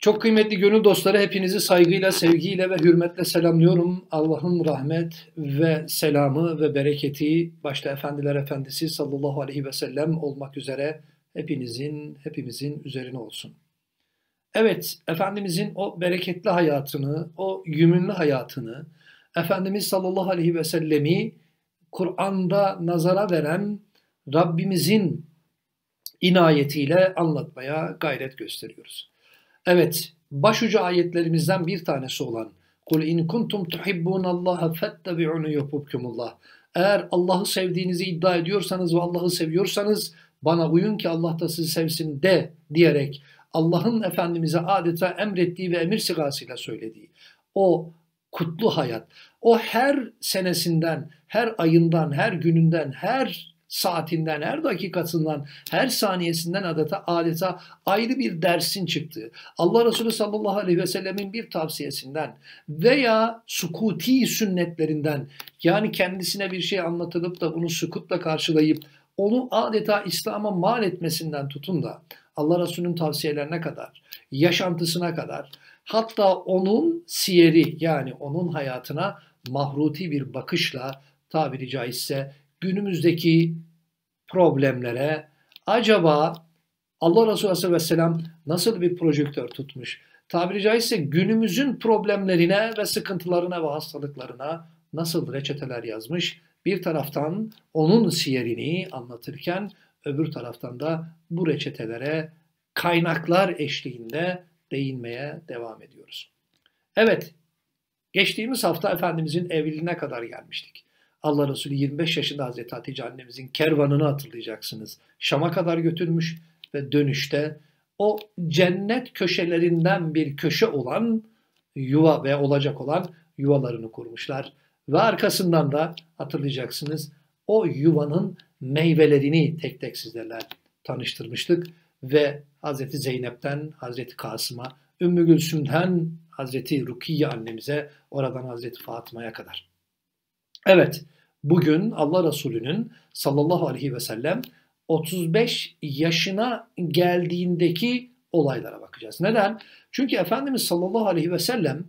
Çok kıymetli gönül dostları, hepinizi saygıyla, sevgiyle ve hürmetle selamlıyorum. Allah'ın rahmet ve selamı ve bereketi başta Efendiler Efendisi sallallahu aleyhi ve sellem olmak üzere hepimizin üzerine olsun. Evet, Efendimizin o bereketli hayatını, o yümünlü hayatını, Efendimiz sallallahu aleyhi ve sellemi Kur'an'da nazara veren Rabbimizin inayetiyle anlatmaya gayret gösteriyoruz. Evet, başucu ayetlerimizden bir tanesi olan "Kul in kuntum tuhibbunallaha fettabi'uni yuhibbukumullah." Eğer Allah'ı sevdiğinizi iddia ediyorsanız ve Allah'ı seviyorsanız bana uyun ki Allah da sizi sevsin de diyerek Allah'ın Efendimiz'e adeta emrettiği ve emir sigasıyla söylediği o kutlu hayat, o her senesinden, her ayından, her gününden, her saatinden, her dakikasından, her saniyesinden adeta ayrı bir dersin çıktığı, Allah Resulü sallallahu aleyhi ve sellemin bir tavsiyesinden veya sukuti sünnetlerinden, yani kendisine bir şey anlatılıp da bunu sükutla karşılayıp onu adeta İslam'a mal etmesinden tutun da Allah Resulü'nün tavsiyelerine kadar, yaşantısına kadar, hatta onun siyeri, yani onun hayatına mahruti bir bakışla, tabiri caizse günümüzdeki problemlere acaba Allah Resulü Aleyhisselatü Vesselam nasıl bir projektör tutmuş? Tabiri caizse günümüzün problemlerine ve sıkıntılarına ve hastalıklarına nasıl reçeteler yazmış? Bir taraftan onun siyerini anlatırken öbür taraftan da bu reçetelere kaynaklar eşliğinde değinmeye devam ediyoruz. Evet, geçtiğimiz hafta Efendimizin evliliğine kadar gelmiştik. Allah Resulü 25 yaşında Hazreti Hatice annemizin kervanını hatırlayacaksınız. Şam'a kadar götürmüş ve dönüşte o cennet köşelerinden bir köşe olan yuva ve olacak olan yuvalarını kurmuşlar. Ve arkasından da hatırlayacaksınız o yuvanın meyvelerini tek tek sizlerle tanıştırmıştık. Ve Hazreti Zeynep'ten Hazreti Kasım'a, Ümmü Gülsüm'den Hazreti Rukiye annemize, oradan Hazreti Fatıma'ya kadar. Evet, bugün Allah Resulü'nün sallallahu aleyhi ve sellem 35 yaşına geldiğindeki olaylara bakacağız. Neden? Çünkü Efendimiz sallallahu aleyhi ve sellem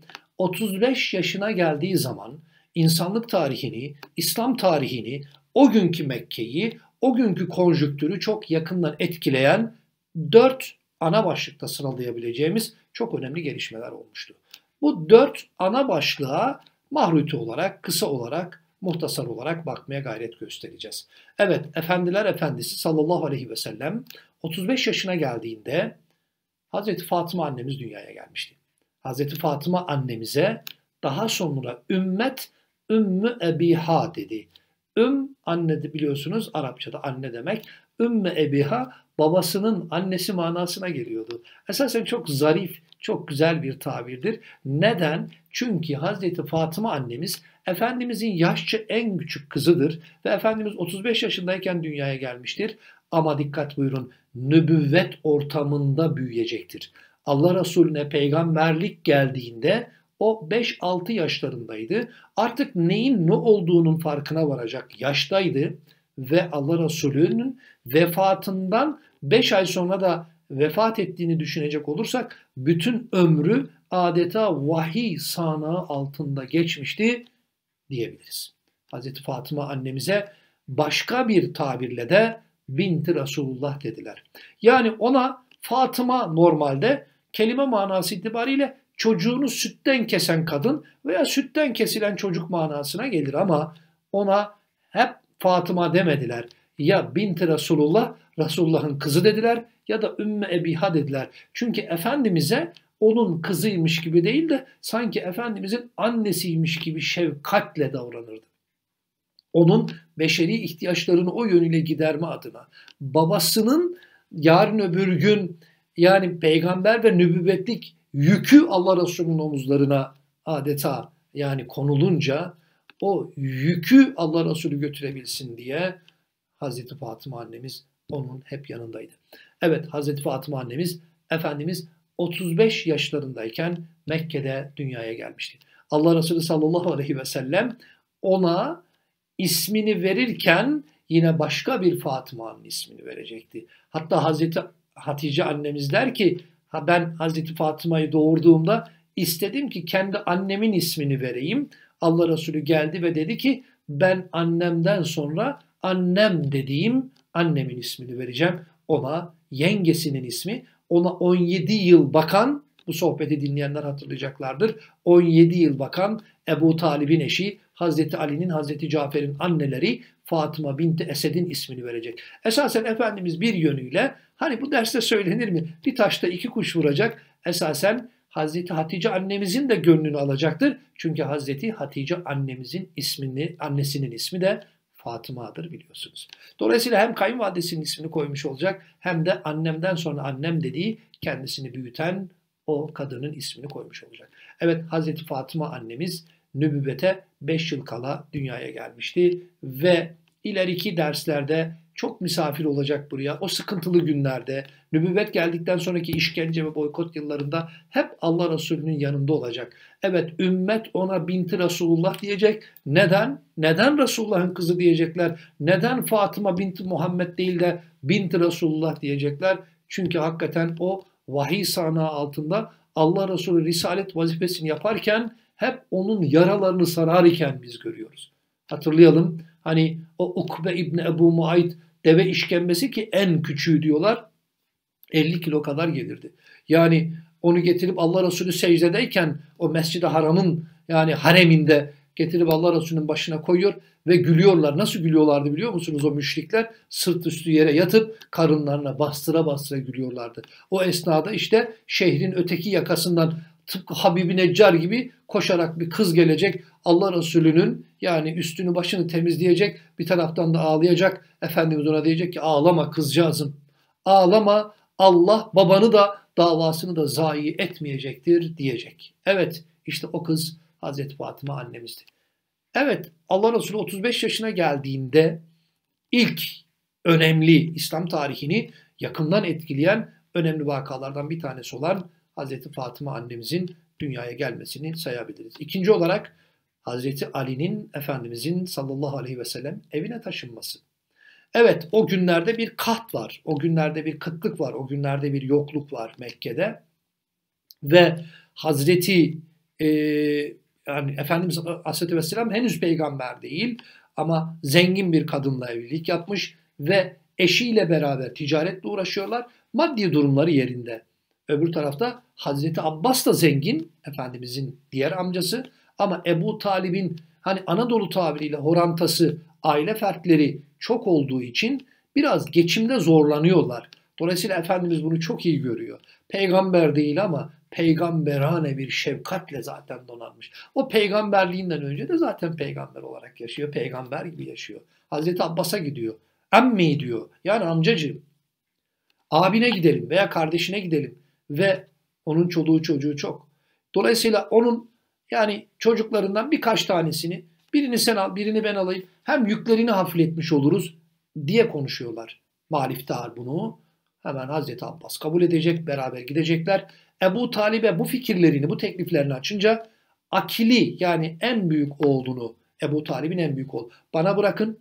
35 yaşına geldiği zaman insanlık tarihini, İslam tarihini, o günkü Mekke'yi, o günkü konjüktürü çok yakından etkileyen 4 ana başlıkta sıralayabileceğimiz çok önemli gelişmeler olmuştu. Bu 4 ana başlığa mahruti olarak, kısa olarak, muhtasar olarak bakmaya gayret göstereceğiz. Evet, Efendiler Efendisi sallallahu aleyhi ve sellem 35 yaşına geldiğinde Hazreti Fatıma annemiz dünyaya gelmişti. Hazreti Fatıma annemize daha sonra ümmet Ümmü Ebiha dedi. Anne de biliyorsunuz Arapçada anne demek. Ümmü Ebiha babasının annesi manasına geliyordu. Esasen çok zarif, çok güzel bir tabirdir. Neden? Çünkü Hazreti Fatıma annemiz Efendimizin yaşça en küçük kızıdır ve Efendimiz 35 yaşındayken dünyaya gelmiştir. Ama dikkat buyurun, nübüvvet ortamında büyüyecektir. Allah Resulüne peygamberlik geldiğinde o 5-6 yaşlarındaydı. Artık neyin ne olduğunun farkına varacak yaştaydı ve Allah Resulü'nün vefatından 5 ay sonra da vefat ettiğini düşünecek olursak bütün ömrü adeta vahiy sanağı altında geçmişti diyebiliriz. Hazreti Fatıma annemize başka bir tabirle de binti Resulullah dediler. Yani ona Fatıma normalde kelime manası itibariyle çocuğunu sütten kesen kadın veya sütten kesilen çocuk manasına gelir ama ona hep Fatıma demediler. Ya binti Resulullah, Resulullah'ın kızı dediler ya da Ümmü Ebiha dediler. Çünkü Efendimiz'e onun kızıymış gibi değil de sanki Efendimiz'in annesiymiş gibi şefkatle davranırdı. Onun beşeri ihtiyaçlarını o yönüyle giderme adına babasının yarın öbür gün yani peygamber ve nübüvvetlik yükü Allah Resulü'nün omuzlarına adeta yani konulunca o yükü Allah Resulü götürebilsin diye Hazreti Fatıma annemiz onun hep yanındaydı. Evet, Hazreti Fatıma annemiz Efendimiz 35 yaşlarındayken Mekke'de dünyaya gelmişti. Allah Resulü sallallahu aleyhi ve sellem ona ismini verirken yine başka bir Fatıma'nın ismini verecekti. Hatta Hazreti Hatice annemiz der ki Ben Hazreti Fatıma'yı doğurduğumda istedim ki kendi annemin ismini vereyim. Allah Resulü geldi ve dedi ki ben annemden sonra annem dediğim annemin ismini vereceğim. Ona yengesinin ismi, ona 17 yıl bakan, bu sohbeti dinleyenler hatırlayacaklardır. 17 yıl bakan Ebu Talib'in eşi, Hazreti Ali'nin, Hazreti Cafer'in anneleri Fatıma binti Esed'in ismini verecek. Esasen Efendimiz bir yönüyle, hani bu derste söylenir mi? Bir taşta iki kuş vuracak. Esasen Hazreti Hatice annemizin de gönlünü alacaktır. Çünkü Hazreti Hatice annemizin ismini, annesinin ismi de Fatıma'dır biliyorsunuz. Dolayısıyla hem kayınvalidesinin ismini koymuş olacak hem de annemden sonra annem dediği kendisini büyüten o kadının ismini koymuş olacak. Evet, Hazreti Fatıma annemiz nübüvvete 5 yıl kala dünyaya gelmişti ve ileriki derslerde çok misafir olacak buraya. O sıkıntılı günlerde, nübüvvet geldikten sonraki işkence ve boykot yıllarında hep Allah Resulü'nün yanında olacak. Evet, ümmet ona binti Resulullah diyecek. Neden? Neden Resulullah'ın kızı diyecekler? Neden Fatıma binti Muhammed değil de binti Resulullah diyecekler? Çünkü hakikaten o vahiy sahnağı altında Allah Resulü risalet vazifesini yaparken hep onun yaralarını sarar iken biz görüyoruz. Hatırlayalım, hani o Ukbe İbni Ebu Muayt deve işkembesi ki en küçüğü diyorlar 50 kilo kadar gelirdi. Yani onu getirip Allah Resulü secdedeyken o Mescid-i Haram'ın yani hareminde getirip Allah Resulü'nün başına koyuyor ve gülüyorlar. Nasıl gülüyorlardı biliyor musunuz o müşrikler? Sırt üstü yere yatıp karınlarına bastıra bastıra gülüyorlardı. O esnada işte şehrin öteki yakasından tıpkı Habib-i Neccar gibi koşarak bir kız gelecek. Allah Resulü'nün yani üstünü başını temizleyecek, bir taraftan da ağlayacak. Efendimiz ona diyecek ki ağlama kızcağızım, ağlama, Allah babanı da davasını da zayi etmeyecektir diyecek. Evet, işte o kız Hazreti Fatıma annemizdi. Evet, Allah Resulü 35 yaşına geldiğinde ilk önemli İslam tarihini yakından etkileyen önemli vakalardan bir tanesi olan Hazreti Fatıma annemizin dünyaya gelmesini sayabiliriz. İkinci olarak Hazreti Ali'nin Efendimizin sallallahu aleyhi ve sellem evine taşınması. Evet, o günlerde bir kaht var, o günlerde bir kıtlık var, o günlerde bir yokluk var Mekke'de ve Hazreti yani Efendimiz Aleyhisselatü Vesselam henüz peygamber değil ama zengin bir kadınla evlilik yapmış ve eşiyle beraber ticaretle uğraşıyorlar. Maddi durumları yerinde. Öbür tarafta Hazreti Abbas da zengin, Efendimizin diğer amcası ama Ebu Talib'in hani Anadolu tabiriyle horantası, aile fertleri çok olduğu için biraz geçimde zorlanıyorlar. Dolayısıyla Efendimiz bunu çok iyi görüyor. Peygamber değil ama peygamberane bir şefkatle zaten donanmış. O peygamberliğinden önce de zaten peygamber olarak yaşıyor. Peygamber gibi yaşıyor. Hazreti Abbas'a gidiyor. Emmi diyor. Yani amcacığım. Abine gidelim veya kardeşine gidelim. Ve onun çoluğu çocuğu çok. Dolayısıyla onun yani çocuklarından birkaç tanesini birini sen al, birini ben alayım. Hem yüklerini hafifletmiş oluruz diye konuşuyorlar. Maliftahar bunu. Hemen Hazreti Abbas kabul edecek, beraber gidecekler. Ebu Talib'e bu fikirlerini, bu tekliflerini açınca Akili yani en büyük oğlunu, Ebu Talib'in en büyük oğlu bana bırakın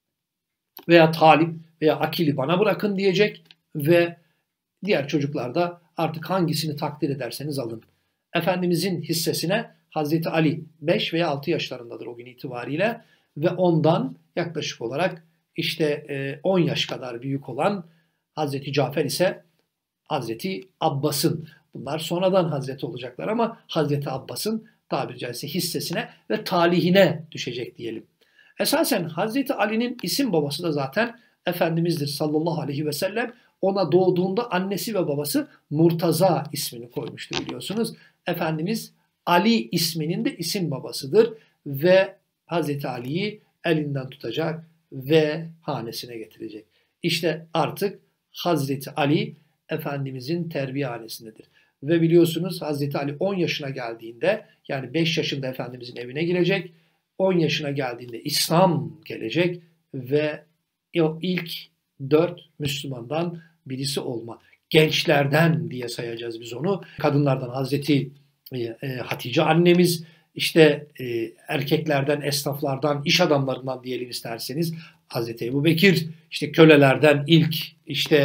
veya Talip veya Akili bana bırakın diyecek ve diğer çocuklar da artık hangisini takdir ederseniz alın. Efendimizin hissesine Hazreti Ali 5 veya 6 yaşlarındadır o gün itibariyle ve ondan yaklaşık olarak işte 10 yaş kadar büyük olan Hazreti Cafer ise Hazreti Abbas'ın, bunlar sonradan Hazreti olacaklar ama Hazreti Abbas'ın tabiri caizse hissesine ve talihine düşecek diyelim. Esasen Hazreti Ali'nin isim babası da zaten Efendimiz'dir sallallahu aleyhi ve sellem. Ona doğduğunda annesi ve babası Murtaza ismini koymuştu biliyorsunuz. Efendimiz Ali isminin de isim babasıdır ve Hazreti Ali'yi elinden tutacak ve hanesine getirecek. İşte artık Hazreti Ali Efendimizin terbiyehanesindedir. Ve biliyorsunuz Hazreti Ali 10 yaşına geldiğinde yani 5 yaşında Efendimizin evine girecek. 10 yaşına geldiğinde İslam gelecek ve o ilk 4 Müslümandan birisi olma. Gençlerden diye sayacağız biz onu. Kadınlardan Hazreti Hatice annemiz, işte erkeklerden, esnaflardan, iş adamlarından diyelim isterseniz Hazreti Ebubekir, işte kölelerden ilk işte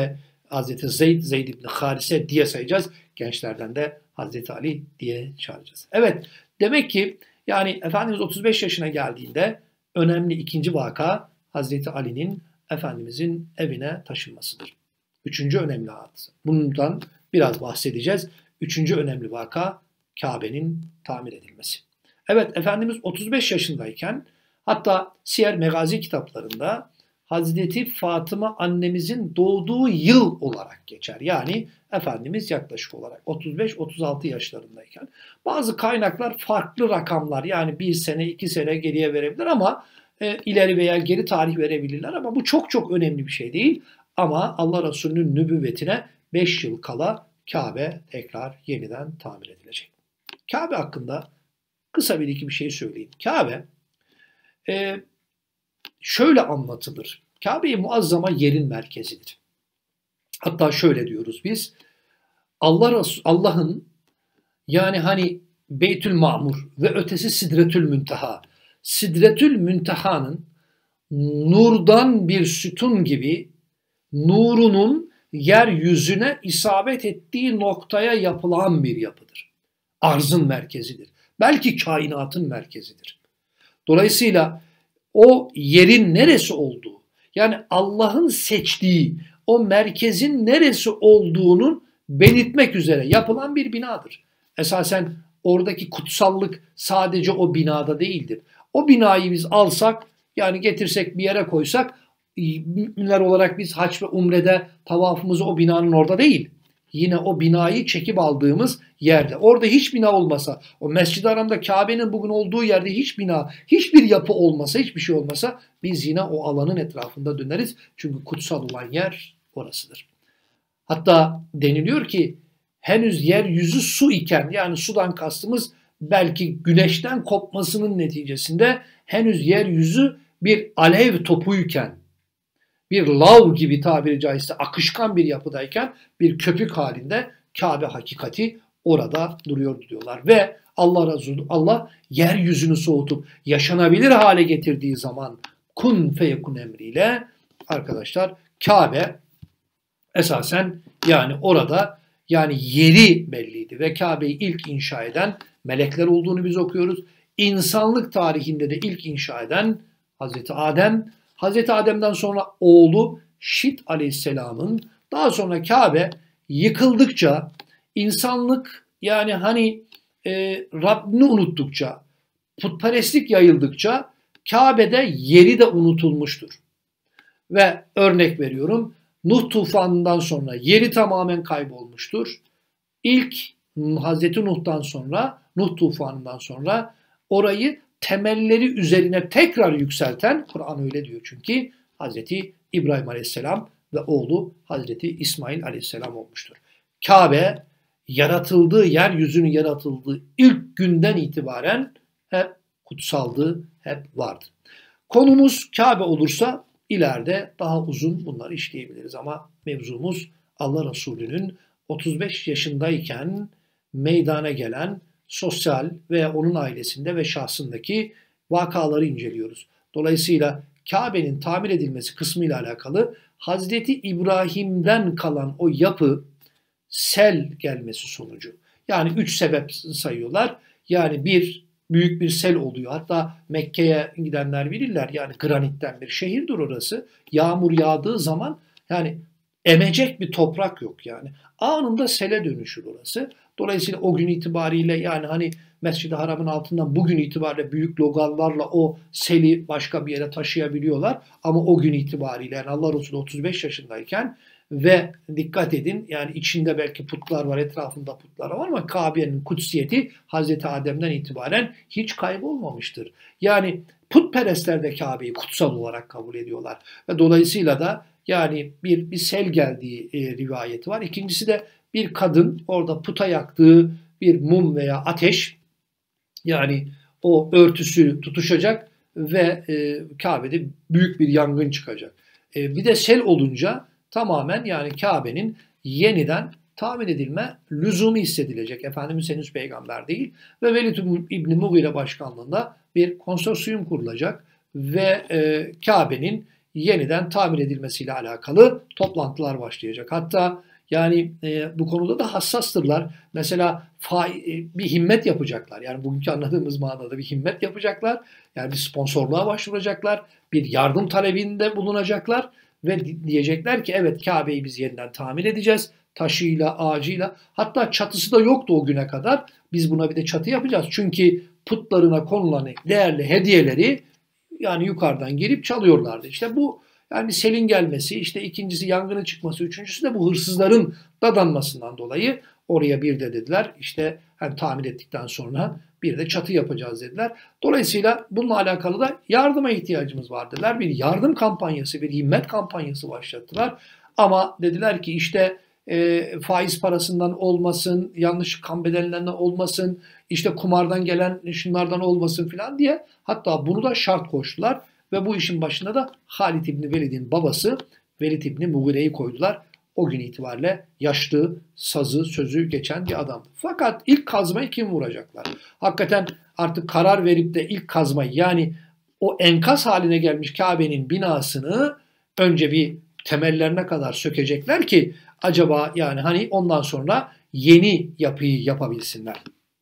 Hazreti Zeyd, Zeyd İbni Harise diye sayacağız. Gençlerden de Hazreti Ali diye çağıracağız. Evet, demek ki yani Efendimiz 35 yaşına geldiğinde önemli ikinci vaka Hazreti Ali'nin Efendimizin evine taşınmasıdır. Üçüncü önemli hadise. Bundan biraz bahsedeceğiz. Üçüncü önemli vaka Kabe'nin tamir edilmesi. Evet, Efendimiz 35 yaşındayken hatta Siyer Megazi kitaplarında Hazreti Fatıma annemizin doğduğu yıl olarak geçer. Yani Efendimiz yaklaşık olarak 35-36 yaşlarındayken. Bazı kaynaklar farklı rakamlar yani 1 sene 2 sene geriye verebilir ama ileri veya geri tarih verebilirler ama bu çok çok önemli bir şey değil. Ama Allah Resulü'nün nübüvvetine 5 yıl kala Kabe tekrar yeniden tamir edilecek. Kabe hakkında kısa bir iki bir şey söyleyeyim. Kabe şöyle anlatılır. Kabe-i Muazzama yerin merkezidir. Hatta şöyle diyoruz biz. Allah'ın yani hani Beytül Mamur ve ötesi Sidretül Münteha. Sidretül Münteha'nın nurdan bir sütun gibi nurunun yeryüzüne isabet ettiği noktaya yapılan bir yapıdır. Arzın merkezidir. Belki kainatın merkezidir. Dolayısıyla o yerin neresi olduğu, yani Allah'ın seçtiği o merkezin neresi olduğunun belirtmek üzere yapılan bir binadır. Esasen oradaki kutsallık sadece o binada değildir. O binayı biz alsak, yani getirsek bir yere koysak, müminler olarak biz hac ve umrede tavafımızı o binanın orada değil, yine o binayı çekip aldığımız yerde. Orada hiç bina olmasa, o Mescid-i Haram'da Kabe'nin bugün olduğu yerde hiç bina, hiçbir yapı olmasa, hiçbir şey olmasa biz yine o alanın etrafında döneriz. Çünkü kutsal olan yer orasıdır. Hatta deniliyor ki henüz yeryüzü su iken, yani sudan kastımız belki güneşten kopmasının neticesinde henüz yeryüzü bir alev topuyken, bir lav gibi tabiri caizse akışkan bir yapıdayken bir köpük halinde Kabe hakikati orada duruyor diyorlar. Ve Allah yeryüzünü soğutup yaşanabilir hale getirdiği zaman kun feyekun emriyle arkadaşlar Kabe esasen yani orada yani yeri belliydi ve Kabe'yi ilk inşa eden melekler olduğunu biz okuyoruz. İnsanlık tarihinde de ilk inşa eden Hazreti Adem, Hazreti Adem'den sonra oğlu Şit Aleyhisselam'ın, daha sonra Kabe yıkıldıkça, insanlık yani hani Rabbini unuttukça, putperestlik yayıldıkça Kabe'de yeri de unutulmuştur. Ve örnek veriyorum, Nuh tufanından sonra yeri tamamen kaybolmuştur. İlk Hazreti Nuh'tan sonra, Nuh tufanından sonra orayı temelleri üzerine tekrar yükselten, Kur'an öyle diyor çünkü, Hazreti İbrahim Aleyhisselam ve oğlu Hazreti İsmail Aleyhisselam olmuştur. Kabe yaratıldığı, yeryüzünün yaratıldığı ilk günden itibaren hep kutsaldı, hep vardı. Konumuz Kabe olursa ileride daha uzun bunları işleyebiliriz ama mevzumuz Allah Resulü'nün 35 yaşındayken meydana gelen sosyal veya onun ailesinde ve şahsındaki vakaları inceliyoruz. Dolayısıyla Kabe'nin tamir edilmesi kısmıyla alakalı Hazreti İbrahim'den kalan o yapı sel gelmesi sonucu. Yani 3 sebep sayıyorlar. Yani büyük bir sel oluyor. Hatta Mekke'ye gidenler bilirler. Yani granitten bir şehirdir orası. Yağmur yağdığı zaman yani emecek bir toprak yok yani. Anında sele dönüşür orası. Dolayısıyla o gün itibariyle yani hani Mescid-i Haram'ın altından bugün itibariyle büyük logallarla o seli başka bir yere taşıyabiliyorlar. Ama o gün itibariyle yani Allah Resulü 35 yaşındayken ve dikkat edin yani içinde belki putlar var, etrafında putlar var ama Kabe'nin kutsiyeti Hazreti Adem'den itibaren hiç kaybolmamıştır. Yani putperestler de Kabe'yi kutsal olarak kabul ediyorlar. Ve dolayısıyla da yani bir sel geldiği rivayeti var. İkincisi de bir kadın orada puta yaktığı bir mum veya ateş, yani o örtüsü tutuşacak ve Kabe'de büyük bir yangın çıkacak. Bir de sel olunca tamamen yani Kabe'nin yeniden tamir edilme lüzumu hissedilecek. Efendimiz henüz peygamber değil ve Velid İbni Mughire başkanlığında bir konsorsiyum kurulacak ve Kabe'nin yeniden tamir edilmesiyle alakalı toplantılar başlayacak. Hatta yani bu konuda da hassastırlar. Mesela bir himmet yapacaklar. Yani bugünkü anladığımız manada bir himmet yapacaklar. Yani bir sponsorluğa başvuracaklar. Bir yardım talebinde bulunacaklar. Ve diyecekler ki evet, Kabe'yi biz yeniden tamir edeceğiz. Taşıyla, ağacıyla. Hatta çatısı da yoktu o güne kadar. Biz buna bir de çatı yapacağız. Çünkü putlarına konulan değerli hediyeleri yani yukarıdan gelip çalıyorlardı. İşte bu yani selin gelmesi, işte ikincisi yangının çıkması, üçüncüsü de bu hırsızların dadanmasından dolayı oraya bir de dediler işte hani tamir ettikten sonra bir de çatı yapacağız dediler. Dolayısıyla bununla alakalı da yardıma ihtiyacımız var dediler. Bir yardım kampanyası, bir himmet kampanyası başlattılar. Ama dediler ki işte faiz parasından olmasın, yanlış kan bedellerinden olmasın, işte kumardan gelen şunlardan olmasın filan diye hatta bunu da şart koştular. Ve bu işin başında da Halid İbni Velid'in babası Velid İbni Mughire'yi koydular. O gün itibariyle yaşlı, sazı, sözü geçen bir adamdı. Fakat ilk kazmayı kim vuracaklar? Hakikaten artık karar verip de ilk kazmayı yani o enkaz haline gelmiş Kabe'nin binasını önce bir temellerine kadar sökecekler ki acaba yani hani ondan sonra yeni yapıyı yapabilsinler.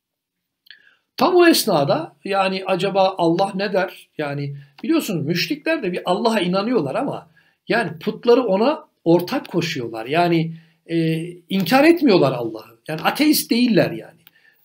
Tam o esnada yani acaba Allah ne der? Yani biliyorsunuz müşrikler de bir Allah'a inanıyorlar ama yani putları ona ortak koşuyorlar. Yani inkar etmiyorlar Allah'ı. Yani ateist değiller yani.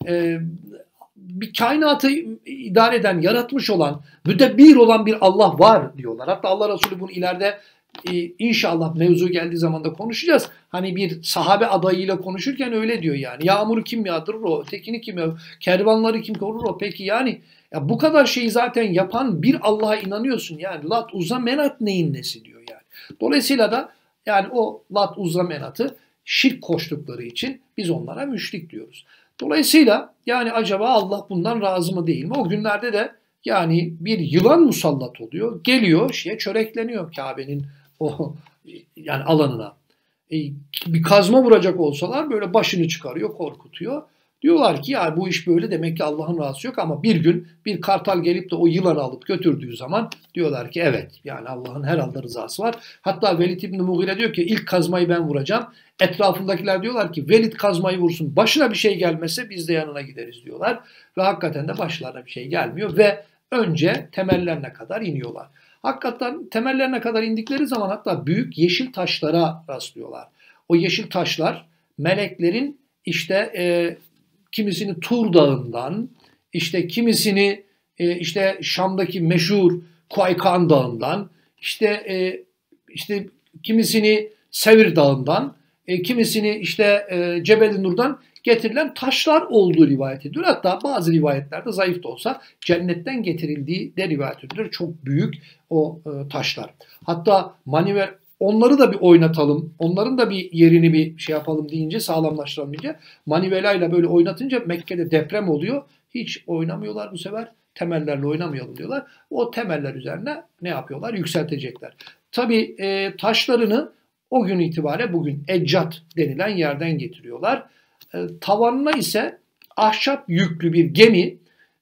Bir kainatı idare eden, yaratmış olan, müdebbir olan bir Allah var diyorlar. Hatta Allah Resulü bunu ileride inşallah mevzu geldiği zaman da konuşacağız. Hani bir sahabe adayıyla konuşurken öyle diyor yani. Yağmuru kim yağdırır o, ötekini kim yağdırır, kervanları kim korur o. Peki yani ya bu kadar şeyi zaten yapan bir Allah'a inanıyorsun yani. Lat, Uzza, Menat neyin nesi diyor yani. Dolayısıyla da yani o Lat, Uzza, Menat'ı şirk koştukları için biz onlara müşrik diyoruz. Dolayısıyla yani acaba Allah bundan razı mı değil mi? O günlerde de yani bir yılan musallat oluyor. Geliyor çörekleniyor Kabe'nin o yani alanına. Bir kazma vuracak olsalar böyle başını çıkarıyor, korkutuyor. Diyorlar ki ya bu iş böyle, demek ki Allah'ın razı yok, ama bir gün bir kartal gelip de o yılanı alıp götürdüğü zaman diyorlar ki evet yani Allah'ın herhalde rızası var. Hatta Velid İbni Mughire diyor ki ilk kazmayı ben vuracağım. Etrafındakiler diyorlar ki Velid kazmayı vursun, başına bir şey gelmese biz de yanına gideriz diyorlar. Ve hakikaten de başlarına bir şey gelmiyor ve önce temellerine kadar iniyorlar. Hakikaten temellerine kadar indikleri zaman hatta büyük yeşil taşlara rastlıyorlar. O yeşil taşlar meleklerin işte kimisini Tur Dağı'ndan, işte kimisini işte Şam'daki meşhur Kuaykan Dağı'ndan, işte kimisini Sevir Dağı'ndan, kimisini işte Cebel-i Nur'dan getirilen taşlar olduğu rivayet edilir. Hatta bazı rivayetlerde zayıf da olsa cennetten getirildiği de rivayet edilir. Çok büyük o taşlar. Hatta manivel onları da bir oynatalım, onların da bir yerini bir şey yapalım deyince, sağlamlaştıralım deyince manivelayla böyle oynatınca Mekke'de deprem oluyor. Hiç oynamıyorlar bu sefer. Temellerle oynamayalım diyorlar. O temeller üzerine ne yapıyorlar? Yükseltecekler. Tabii taşlarını o gün itibariyle bugün Eccat denilen yerden getiriyorlar. Tavanına ise ahşap yüklü bir gemi,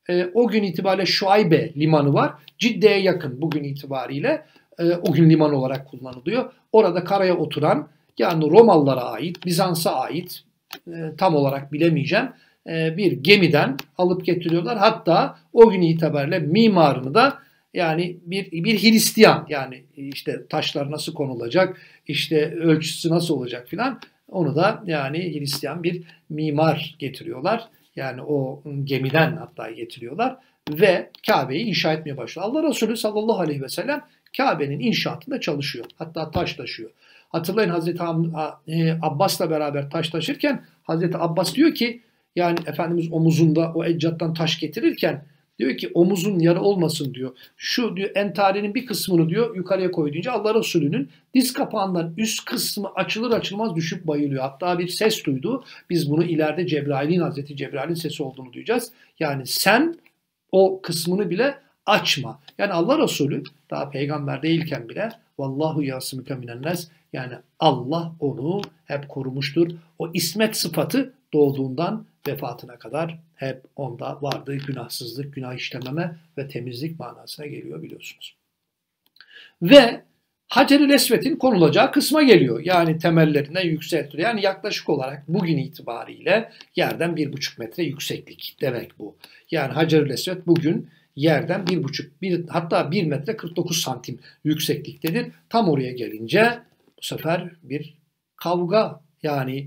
o gün itibariyle Şuaybe limanı var. Cidde'ye yakın bugün itibariyle o gün liman olarak kullanılıyor. Orada karaya oturan yani Romalılara ait, Bizans'a ait tam olarak bilemeyeceğim bir gemiden alıp getiriyorlar. Hatta o gün itibariyle mimarını da yani bir Hristiyan, yani işte taşlar nasıl konulacak, işte ölçüsü nasıl olacak filan, onu da yani Hristiyan bir mimar getiriyorlar. Yani o gemiden hatta getiriyorlar ve Kabe'yi inşa etmeye başlıyor. Allah Resulü sallallahu aleyhi ve sellem Kabe'nin inşaatında çalışıyor. Hatta taş taşıyor. Hatırlayın Hazreti Abbas'la beraber taş taşırken Hazreti Abbas diyor ki yani Efendimiz omuzunda o Eccat'tan taş getirirken diyor ki omuzun yara olmasın diyor. Şu diyor entarenin bir kısmını diyor yukarıya koy deyince Allah Resulü'nün diz kapağından üst kısmı açılır açılmaz düşüp bayılıyor. Hatta bir ses duydu. Biz bunu ileride Hazreti Cebrail'in sesi olduğunu duyacağız. Yani sen o kısmını bile açma. Yani Allah Resulü daha peygamber değilken bile vallahu yasmike minennes, yani Allah onu hep korumuştur. O ismet sıfatı doğduğundan vefatına kadar hep onda vardı. Günahsızlık, günah işlememe ve temizlik manasına geliyor biliyorsunuz. Ve Hacer-ül Esved'in konulacağı kısma geliyor. Yani temellerinden yükseltiyor. Yani yaklaşık olarak bugün itibariyle yerden 1,5 metre yükseklik demek bu. Yani Hacer-ül Esved bugün yerden 1,5 hatta 1 metre 49 santim yüksekliktedir. Tam oraya gelince bu sefer bir kavga yani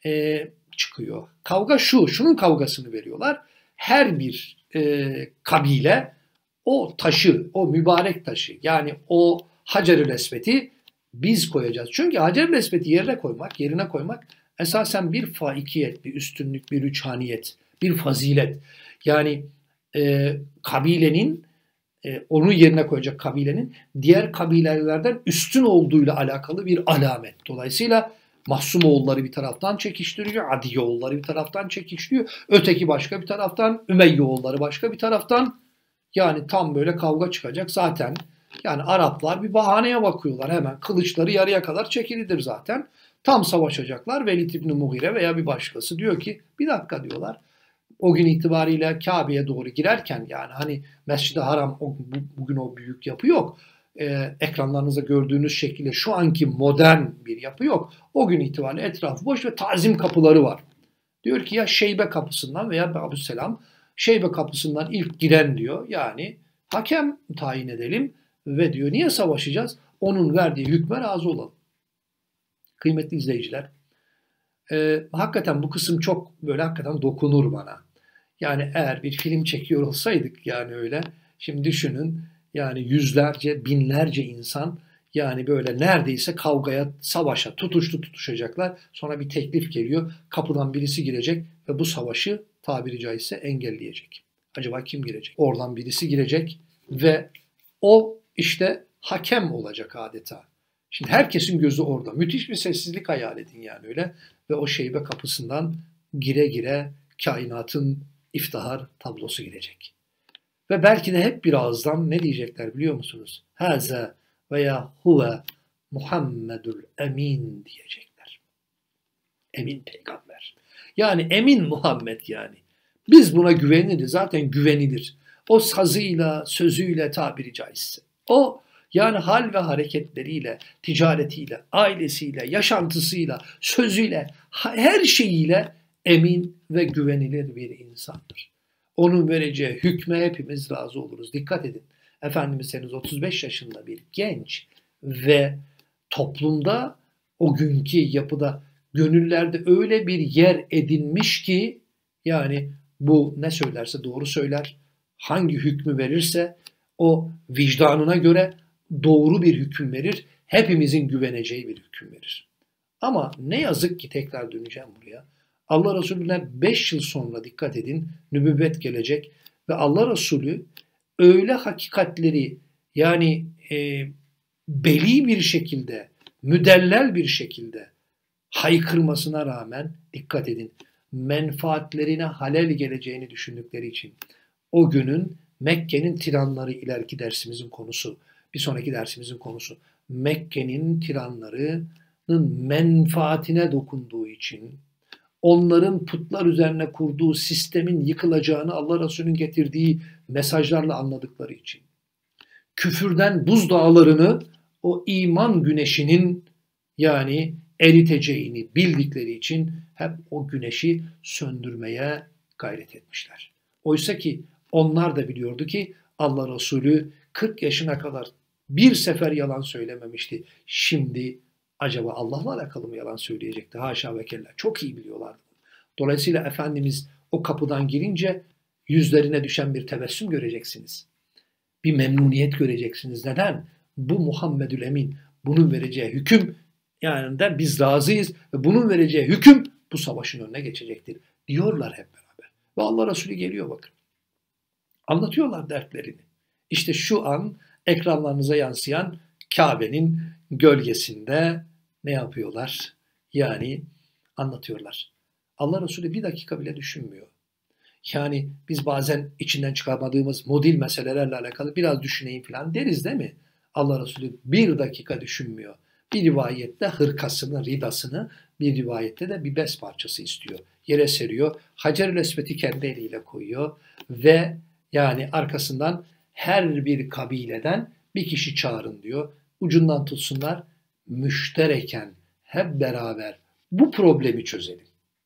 çıkıyor. Kavga şunun kavgasını veriyorlar. Her bir kabile o taşı, o mübarek taşı yani o Hacer-ül Esved'i biz koyacağız. Çünkü Hacer-ül Esved'i yerine koymak esasen bir faikiyet, bir üstünlük, bir rüçhaniyet, bir fazilet. Yani kabilenin onu yerine koyacak kabilenin diğer kabilelerden üstün olduğuyla alakalı bir alamet. Dolayısıyla Mahsumoğulları bir taraftan çekiştiriyor, Adiyeoğulları bir taraftan çekiştiriyor, öteki başka bir taraftan, Ümeyyeoğulları başka bir taraftan. Yani tam böyle kavga çıkacak zaten. Yani Araplar bir bahaneye bakıyorlar hemen. Kılıçları yarıya kadar çekilidir zaten. Tam savaşacaklar. Velid İbni Mughire veya bir başkası diyor ki bir dakika diyorlar. O gün itibariyle Kabe'ye doğru girerken yani hani Mescid-i Haram bugün o büyük yapı yok. Ekranlarınızda gördüğünüz şekilde şu anki modern bir yapı yok. O gün itibariyle etrafı boş ve tazim kapıları var. Diyor ki ya Şeybe kapısından veya Abdüsselam Şeybe kapısından ilk giren diyor. Yani hakem tayin edelim ve diyor niye savaşacağız? Onun verdiği hükme razı olalım. Kıymetli izleyiciler, hakikaten bu kısım çok böyle hakikaten dokunur bana. Yani eğer bir film çekiyor olsaydık yani öyle, şimdi düşünün yani yüzlerce, binlerce insan yani böyle neredeyse kavgaya, savaşa tutuşacaklar. Sonra bir teklif geliyor, kapıdan birisi girecek ve bu savaşı tabiri caizse engelleyecek. Acaba kim girecek? Oradan birisi girecek ve o işte hakem olacak adeta. Şimdi herkesin gözü orada. Müthiş bir sessizlik hayal edin yani öyle. Ve o Şeybe kapısından gire gire kainatın iftihar tablosu girecek. Ve belki de hep bir ağızdan ne diyecekler biliyor musunuz? Haza veya huve Muhammedül Emin diyecekler. Emin peygamber. Yani emin Muhammed yani. Biz buna güveniriz. Zaten güvenilir. O sazıyla, sözüyle tabiri caizse. O yani hal ve hareketleriyle, ticaretiyle, ailesiyle, yaşantısıyla, sözüyle, her şeyiyle emin ve güvenilir bir insandır. Onun vereceği hükme hepimiz razı oluruz. Dikkat edin. Efendimiz henüz 35 yaşında bir genç ve toplumda o günkü yapıda gönüllerde öyle bir yer edinmiş ki yani bu ne söylerse doğru söyler, hangi hükmü verirse o vicdanına göre doğru bir hüküm verir, hepimizin güveneceği bir hüküm verir. Ama ne yazık ki tekrar döneceğim buraya. Allah Resulü'ne 5 yıl sonra dikkat edin nübüvvet gelecek ve Allah Resulü öyle hakikatleri yani beli bir şekilde, müdellel bir şekilde haykırmasına rağmen dikkat edin menfaatlerine halel geleceğini düşündükleri için o günün Mekke'nin tiranları ileriki dersimizin konusu, bir sonraki dersimizin konusu. Mekke'nin tiranlarının menfaatine dokunduğu için onların putlar üzerine kurduğu sistemin yıkılacağını Allah Resulü'nün getirdiği mesajlarla anladıkları için. Küfürden buzdağlarını o iman güneşinin yani eriteceğini bildikleri için hep o güneşi söndürmeye gayret etmişler. Oysa ki onlar da biliyordu ki Allah Resulü 40 yaşına kadar bir sefer yalan söylememişti. Şimdi acaba Allah'la alakalı mı yalan söyleyecekti? Haşa ve kella. Çok iyi biliyorlardı. Dolayısıyla Efendimiz o kapıdan girince yüzlerine düşen bir tebessüm göreceksiniz. Bir memnuniyet göreceksiniz. Neden? Bu Muhammedül Emin. Bunun vereceği hüküm yani de biz razıyız ve bunun vereceği hüküm bu savaşın önüne geçecektir diyorlar hep beraber. Ve Allah Resulü geliyor bakın. Anlatıyorlar dertlerini. İşte şu an ekranlarınıza yansıyan Kabe'nin gölgesinde ne yapıyorlar? Yani anlatıyorlar. Allah Resulü bir dakika bile düşünmüyor. Yani biz bazen içinden çıkarmadığımız modil meselelerle alakalı biraz düşüneyim falan deriz değil mi? Allah Resulü bir dakika düşünmüyor. Bir rivayette hırkasını, ridasını, bir rivayette de bir bez parçası istiyor. Yere seriyor. Hacer-ül Esved'i kendi eliyle koyuyor ve yani arkasından her bir kabileden bir kişi çağırın diyor. ucundan tutsunlar, müştereken hep beraber bu problemi çözelim.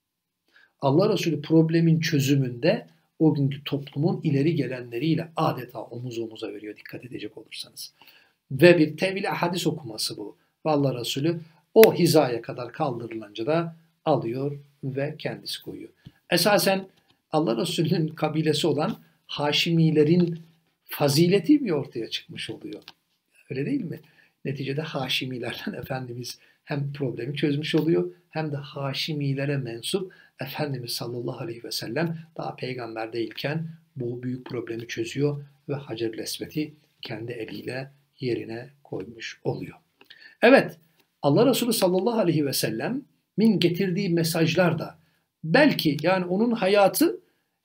Allah Resulü problemin çözümünde o günkü toplumun ileri gelenleriyle adeta omuz omuza veriyor, dikkat edecek olursanız. Ve bir tevil hadis okuması bu. Ve Allah Resulü o hizaya kadar kaldırılınca da alıyor ve kendisi koyuyor. Esasen Allah Resulü'nün kabilesi olan Haşimilerin fazileti bir ortaya çıkmış oluyor. Öyle değil mi? Neticede Haşimilerden Efendimiz hem problemi çözmüş oluyor hem de Haşimilere mensup Efendimiz sallallahu aleyhi ve sellem daha peygamber değilken bu büyük problemi çözüyor ve Hacer-ül Esved'i kendi eliyle yerine koymuş oluyor. Evet, Allah Resulü sallallahu aleyhi ve sellem'in getirdiği mesajlar da belki yani onun hayatı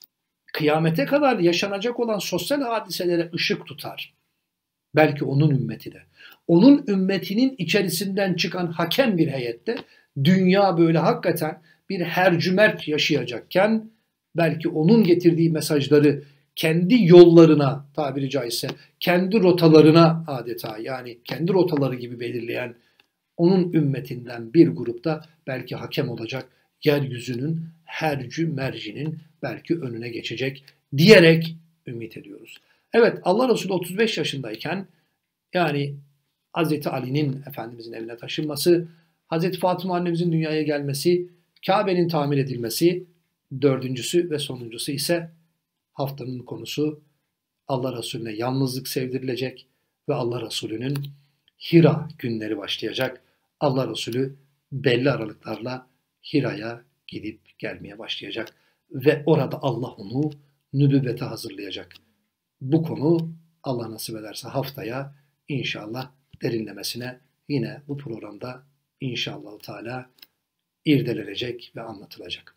kıyamete kadar yaşanacak olan sosyal hadiselere ışık tutar. Belki onun ümmeti de. Onun ümmetinin içerisinden çıkan hakem bir heyette dünya böyle hakikaten bir hercümerç yaşayacakken belki onun getirdiği mesajları kendi yollarına tabiri caizse kendi rotalarına adeta yani kendi rotaları gibi belirleyen onun ümmetinden bir grupta belki hakem olacak yeryüzünün hercü mercinin belki önüne geçecek diyerek ümit ediyoruz. Evet Allah Resulü 35 yaşındayken yani Hazreti Ali'nin Efendimizin evine taşınması, Hazreti Fatıma annemizin dünyaya gelmesi, Kabe'nin tamir edilmesi, dördüncüsü ve sonuncusu ise haftanın konusu Allah Resulüne yalnızlık sevdirilecek ve Allah Resulü'nün Hira günleri başlayacak. Allah Resulü belli aralıklarla Hira'ya gidip gelmeye başlayacak ve orada Allah onu nübüvvete hazırlayacak. Bu konu Allah nasip ederse haftaya İnşallah derinlemesine yine bu programda inşallah Teala irdelenecek ve anlatılacak.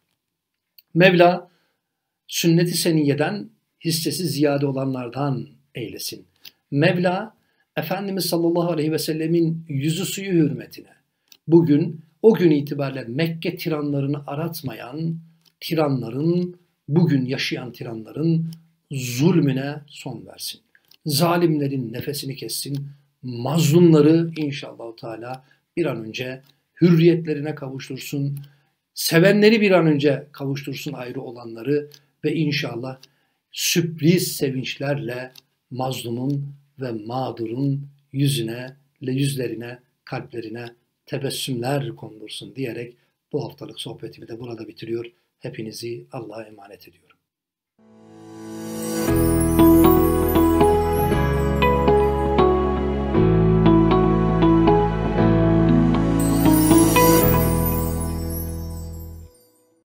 Mevla sünnet-i seniyeden hissesi ziyade olanlardan eylesin. Mevla Efendimiz sallallahu aleyhi ve sellemin yüzü suyu hürmetine bugün o gün itibariyle Mekke tiranlarını aratmayan tiranların bugün yaşayan tiranların zulmüne son versin. Zalimlerin nefesini kessin, mazlumları inşallah Teala bir an önce hürriyetlerine kavuştursun, sevenleri bir an önce kavuştursun ayrı olanları ve inşallah sürpriz sevinçlerle mazlumun ve mağdurun yüzlerine, kalplerine tebessümler kondursun diyerek bu haftalık sohbetimi de burada bitiriyor. Hepinizi Allah'a emanet ediyorum.